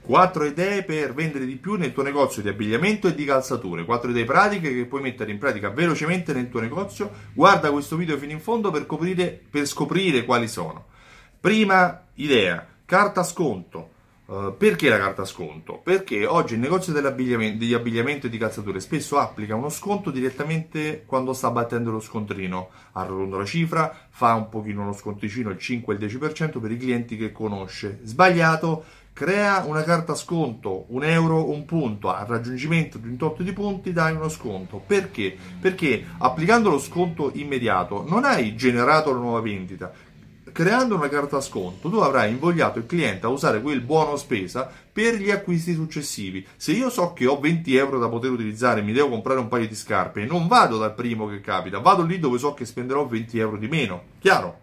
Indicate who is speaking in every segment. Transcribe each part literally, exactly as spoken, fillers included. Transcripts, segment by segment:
Speaker 1: Quattro idee per vendere di più nel tuo negozio di abbigliamento e di calzature. Quattro idee pratiche che puoi mettere in pratica velocemente nel tuo negozio. Guarda questo video fino in fondo per, coprire, per scoprire quali sono. Prima idea, carta sconto. Uh, perché la carta sconto? Perché oggi il negozio dell'abbigliamento, di abbigliamento e di calzature spesso applica uno sconto direttamente quando sta battendo lo scontrino. Arrotonda la cifra, fa un pochino uno sconticino, il cinque e il dieci per cento per i clienti che conosce. Sbagliato. Crea una carta sconto, un euro, un punto, al raggiungimento di un tot di punti dai uno sconto. Perché? Perché applicando lo sconto immediato non hai generato la nuova vendita. Creando una carta sconto tu avrai invogliato il cliente a usare quel buono spesa per gli acquisti successivi. Se io so che ho venti euro da poter utilizzare e mi devo comprare un paio di scarpe, non vado dal primo che capita, vado lì dove so che spenderò venti euro di meno. Chiaro?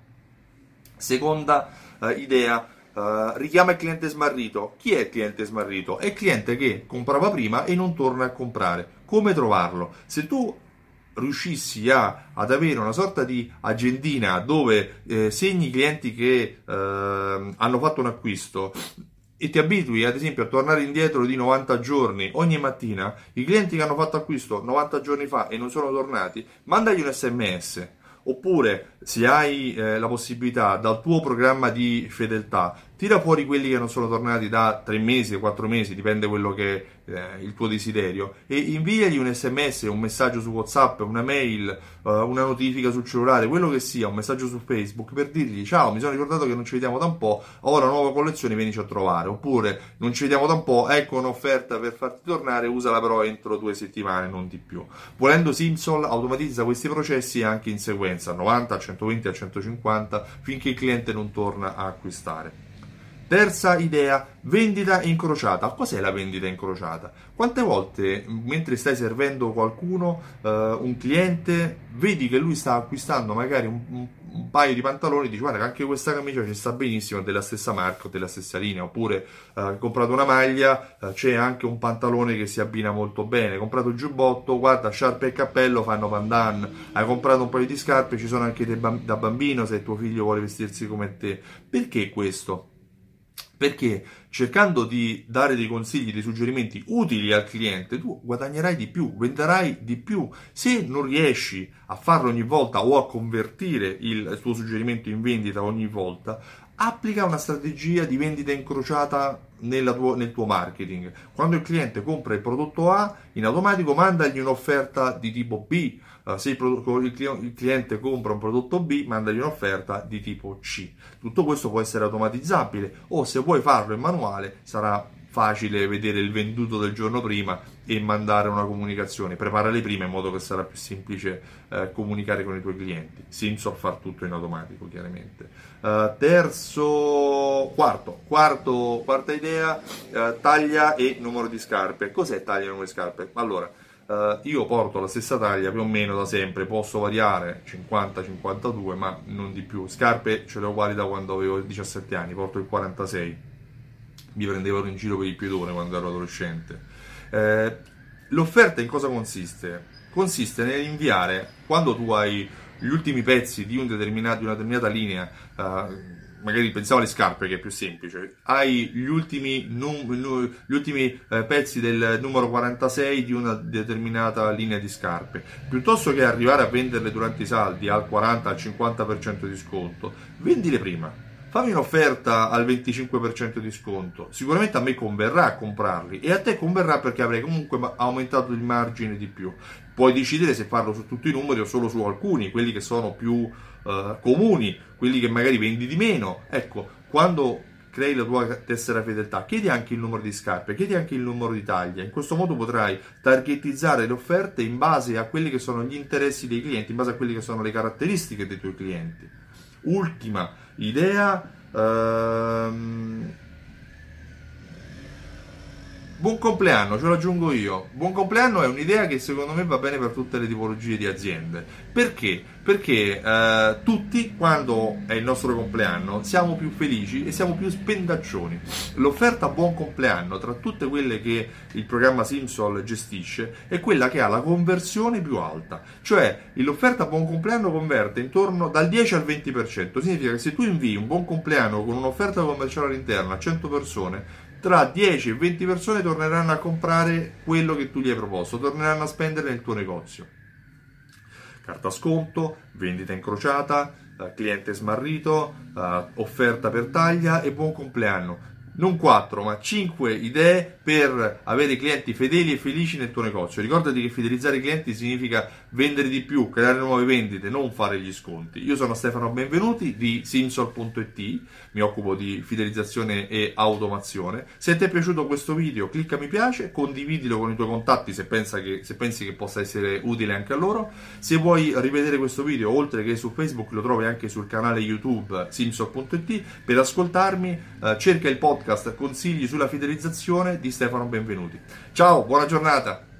Speaker 1: Seconda uh, idea. Uh, richiama il cliente smarrito. Chi è il cliente smarrito? È il cliente che comprava prima e non torna a comprare. Come trovarlo? Se tu riuscissi a, ad avere una sorta di agendina dove eh, segni i clienti che eh, hanno fatto un acquisto e ti abitui ad esempio a tornare indietro di novanta giorni ogni mattina, i clienti che hanno fatto acquisto novanta giorni fa e non sono tornati, mandagli un sms. Oppure, se hai eh, la possibilità, dal tuo programma di fedeltà, tira fuori quelli che non sono tornati da tre mesi, quattro mesi, dipende quello che è eh, il tuo desiderio, e inviagli un sms, un messaggio su WhatsApp, una mail, eh, una notifica sul cellulare, quello che sia, un messaggio su Facebook, per dirgli: ciao, mi sono ricordato che non ci vediamo da un po', ho la nuova collezione, vienici a trovare. Oppure: non ci vediamo da un po', ecco un'offerta per farti tornare, usala però entro due settimane, non di più. Volendo, Simsol automatizza questi processi anche in sequenza, a novanta, a centoventi, a centocinquanta, finché il cliente non torna a acquistare. Terza idea, vendita incrociata. Cos'è la vendita incrociata? Quante volte, mentre stai servendo qualcuno, eh, un cliente, vedi che lui sta acquistando magari un, un, un paio di pantaloni, dici: guarda che anche questa camicia ci sta benissimo, è della stessa marca o della stessa linea. Oppure eh, hai comprato una maglia, eh, c'è anche un pantalone che si abbina molto bene. Hai comprato il giubbotto, guarda, sciarpe e cappello fanno pandan. Hai comprato un paio di scarpe, ci sono anche da bambino se tuo figlio vuole vestirsi come te. Perché questo? Perché cercando di dare dei consigli, dei suggerimenti utili al cliente, tu guadagnerai di più, venderai di più. Se non riesci a farlo ogni volta o a convertire il tuo suggerimento in vendita ogni volta, applica una strategia di vendita incrociata nella tuo, nel tuo marketing. Quando il cliente compra il prodotto A, in automatico mandagli un'offerta di tipo B. Uh, se il, prodotto, il cliente compra un prodotto B, mandagli un'offerta di tipo C. Tutto questo può essere automatizzabile, o se vuoi farlo in manuale sarà facile vedere il venduto del giorno prima e mandare una comunicazione. Preparale prima in modo che sarà più semplice eh, comunicare con i tuoi clienti. Simsol fa tutto in automatico, chiaramente. Uh, terzo, quarto, quarto, quarta idea, uh, taglia e numero di scarpe. Cos'è taglia e numero di scarpe? Allora, Uh, io porto la stessa taglia più o meno da sempre, posso variare cinquanta cinquantadue, ma non di più. Scarpe ce le ho uguali da quando avevo diciassette anni, porto il quarantasei, mi prendevano in giro per il piedone quando ero adolescente. Uh, l'offerta in cosa consiste? Consiste nell'inviare, quando tu hai gli ultimi pezzi di, un determinato, di una determinata linea, uh, magari pensavo alle scarpe che è più semplice, hai gli ultimi, num, gli ultimi eh, pezzi del numero quarantasei di una determinata linea di scarpe, piuttosto che arrivare a venderle durante i saldi al quaranta, al cinquanta per cento di sconto, vendile prima. Fammi un'offerta al venticinque per cento di sconto, sicuramente a me converrà comprarli e a te converrà perché avrai comunque aumentato il margine di più. Puoi decidere se farlo su tutti i numeri o solo su alcuni, quelli che sono più uh, comuni, quelli che magari vendi di meno. Ecco, quando crei la tua tessera fedeltà, chiedi anche il numero di scarpe, chiedi anche il numero di taglia. In questo modo potrai targetizzare le offerte in base a quelli che sono gli interessi dei clienti, in base a quelle che sono le caratteristiche dei tuoi clienti. Ultima idea, ehm... buon compleanno, ce lo aggiungo io. Buon compleanno è un'idea che secondo me va bene per tutte le tipologie di aziende. Perché? Perché eh, tutti, quando è il nostro compleanno, siamo più felici e siamo più spendaccioni. L'offerta buon compleanno, tra tutte quelle che il programma Simsol gestisce, è quella che ha la conversione più alta. Cioè, l'offerta buon compleanno converte intorno dal dieci al venti per cento. Significa che se tu invii un buon compleanno con un'offerta commerciale all'interno a cento persone, tra dieci e venti persone torneranno a comprare quello che tu gli hai proposto, torneranno a spendere nel tuo negozio. Carta sconto, vendita incrociata, eh, cliente smarrito, eh, offerta per taglia e buon compleanno. Non quattro, ma cinque idee per avere clienti fedeli e felici nel tuo negozio. Ricordati che fidelizzare i clienti significa vendere di più, creare nuove vendite, non fare gli sconti. Io sono Stefano Benvenuti di Simsol punto it, mi occupo di fidelizzazione e automazione. Se ti è piaciuto questo video, clicca mi piace, condividilo con i tuoi contatti se, pensa che, se pensi che possa essere utile anche a loro. Se vuoi rivedere questo video, oltre che su Facebook, lo trovi anche sul canale YouTube Simsol punto it. Per ascoltarmi, eh, cerca il podcast Consigli sulla fidelizzazione di Stefano Benvenuti. Ciao, buona giornata!